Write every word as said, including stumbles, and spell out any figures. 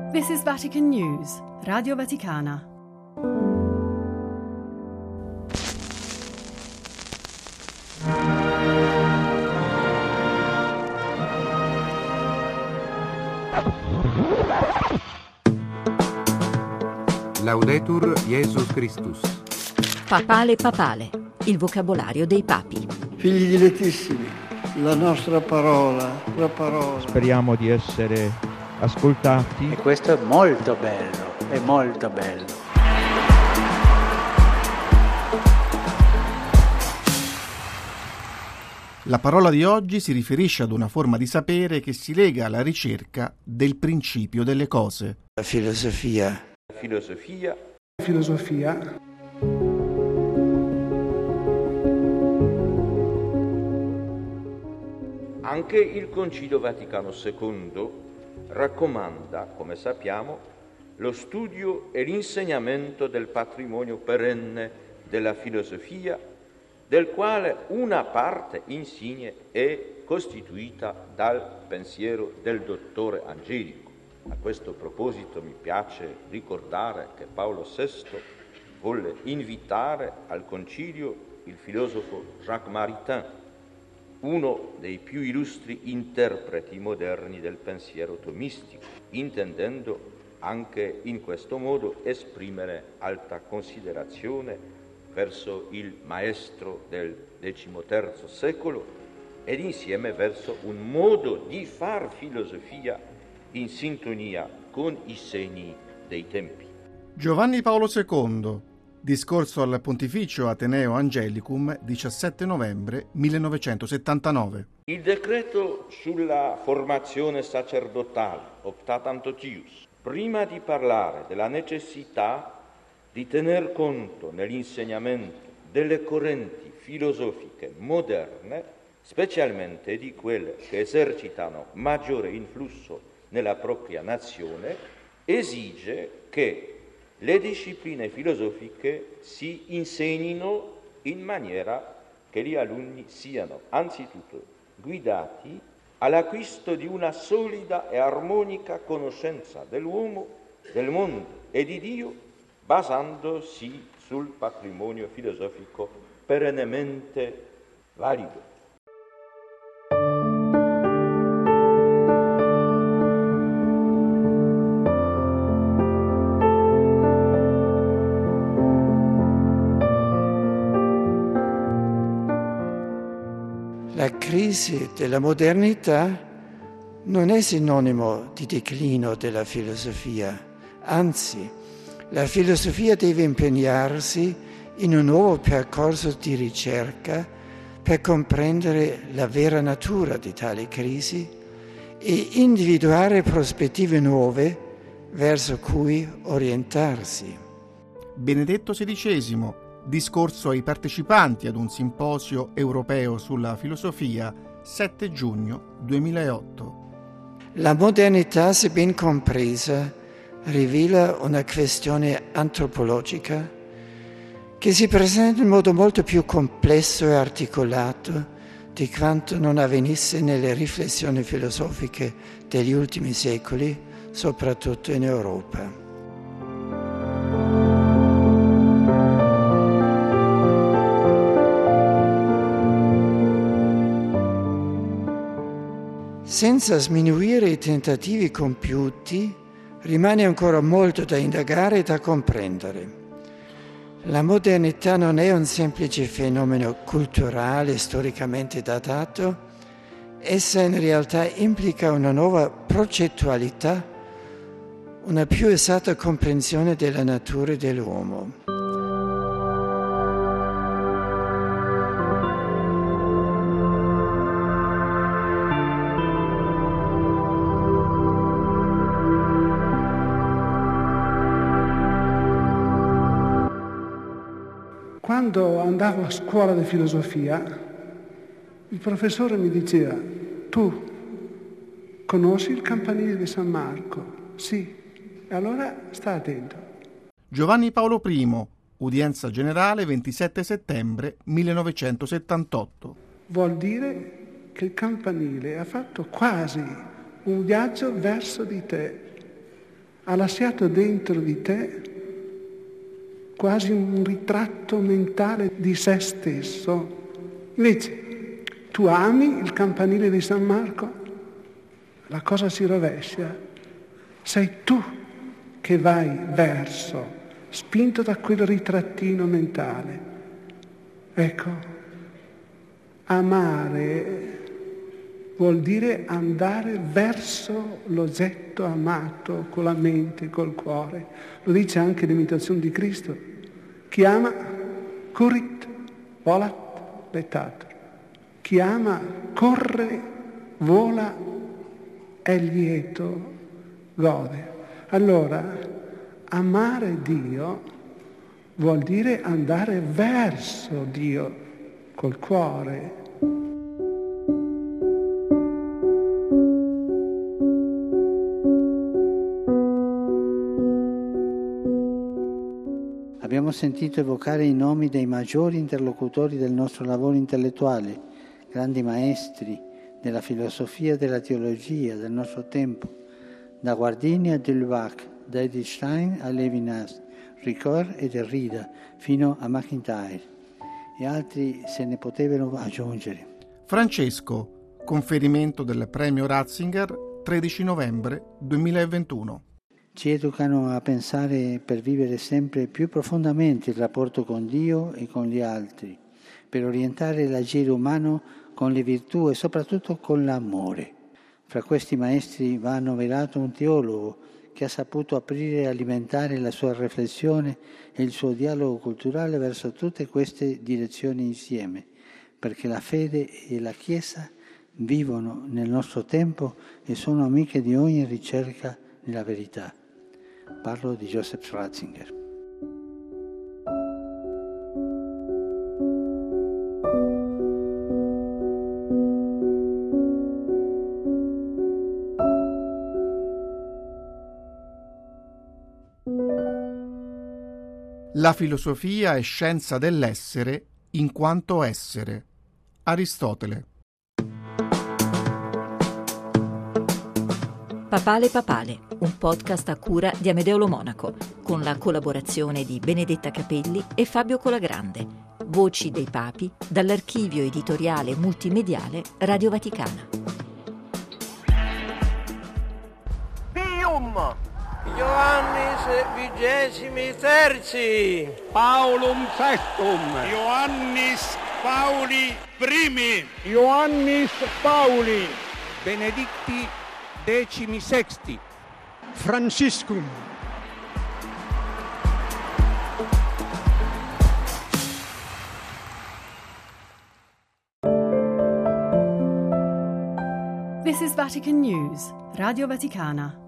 This is Vatican News, Radio Vaticana. Laudetur Jesus Christus. Papale papale, il vocabolario dei papi. Figli dilettissimi, la nostra parola, la parola. Speriamo di essere ascoltati. E questo è molto bello, è molto bello. La parola di oggi si riferisce ad una forma di sapere che si lega alla ricerca del principio delle cose. La filosofia. Filosofia. Filosofia. Anche il Concilio Vaticano secondo raccomanda, come sappiamo, lo studio e l'insegnamento del patrimonio perenne della filosofia, del quale una parte insigne è costituita dal pensiero del dottore Angelico. A questo proposito mi piace ricordare che Paolo sesto volle invitare al concilio il filosofo Jacques Maritain, uno dei più illustri interpreti moderni del pensiero tomistico, intendendo anche in questo modo esprimere alta considerazione verso il maestro del decimoterzo secolo ed insieme verso un modo di far filosofia in sintonia con i segni dei tempi. Giovanni Paolo secondo, discorso al Pontificio Ateneo Angelicum, diciassette novembre millenovecentosettantanove. Il decreto sulla formazione sacerdotale, Optatam Totius, prima di parlare della necessità di tener conto nell'insegnamento delle correnti filosofiche moderne, specialmente di quelle che esercitano maggiore influsso nella propria nazione, esige che le discipline filosofiche si insegnino in maniera che gli alunni siano anzitutto guidati all'acquisto di una solida e armonica conoscenza dell'uomo, del mondo e di Dio, basandosi sul patrimonio filosofico perennemente valido. La crisi della modernità non è sinonimo di declino della filosofia, anzi, la filosofia deve impegnarsi in un nuovo percorso di ricerca per comprendere la vera natura di tale crisi e individuare prospettive nuove verso cui orientarsi. Benedetto sedicesimo, discorso ai partecipanti ad un simposio europeo sulla filosofia, sette giugno duemilaotto. La modernità, se ben compresa, rivela una questione antropologica che si presenta in modo molto più complesso e articolato di quanto non avvenisse nelle riflessioni filosofiche degli ultimi secoli, soprattutto in Europa. Senza sminuire i tentativi compiuti, rimane ancora molto da indagare e da comprendere. La modernità non è un semplice fenomeno culturale storicamente datato, essa in realtà implica una nuova procettualità, una più esatta comprensione della natura dell'uomo. Quando andavo a scuola di filosofia, il professore mi diceva: tu conosci il campanile di San Marco? Sì, allora sta attento. Giovanni Paolo I, udienza generale ventisette settembre millenovecentosettantotto. Vuol dire che il campanile ha fatto quasi un viaggio verso di te. ha lasciato dentro di te quasi un ritratto mentale di se stesso. Invece tu ami il campanile di San Marco, la cosa si rovescia. Sei tu che vai verso, spinto da quel ritrattino mentale. Ecco, amare vuol dire andare verso l'oggetto amato con la mente, col cuore. Lo dice anche l'imitazione di Cristo. Chi ama, currit, volat, letator. Chi ama, corre, vola, è lieto, gode. Allora, amare Dio vuol dire andare verso Dio col cuore. Abbiamo sentito evocare i nomi dei maggiori interlocutori del nostro lavoro intellettuale, grandi maestri della filosofia e della teologia del nostro tempo, da Guardini a Delvac, da Edith Stein a Levinas, Ricoeur e Derrida, fino a McIntyre, e altri se ne potevano aggiungere. Francesco, conferimento del premio Ratzinger, tredici novembre duemilaventuno. Ci educano a pensare per vivere sempre più profondamente il rapporto con Dio e con gli altri, per orientare l'agire umano con le virtù e soprattutto con l'amore. Fra questi maestri va annoverato un teologo che ha saputo aprire e alimentare la sua riflessione e il suo dialogo culturale verso tutte queste direzioni insieme, perché la fede e la Chiesa vivono nel nostro tempo e sono amiche di ogni ricerca nella verità. Parlo di Joseph Ratzinger. La filosofia è scienza dell'essere in quanto essere. Aristotele. Papale Papale, un podcast a cura di Amedeo Lo Monaco, con la collaborazione di Benedetta Capelli e Fabio Colagrande. Voci dei Papi, dall'archivio editoriale multimediale Radio Vaticana. Pium! Ioannis vigesimi terzi. Paulum sextum. Ioannis Pauli primi. Ioannis Pauli. Benedicti decimi sexti. Franciscum. This is Vatican News, Radio Vaticana.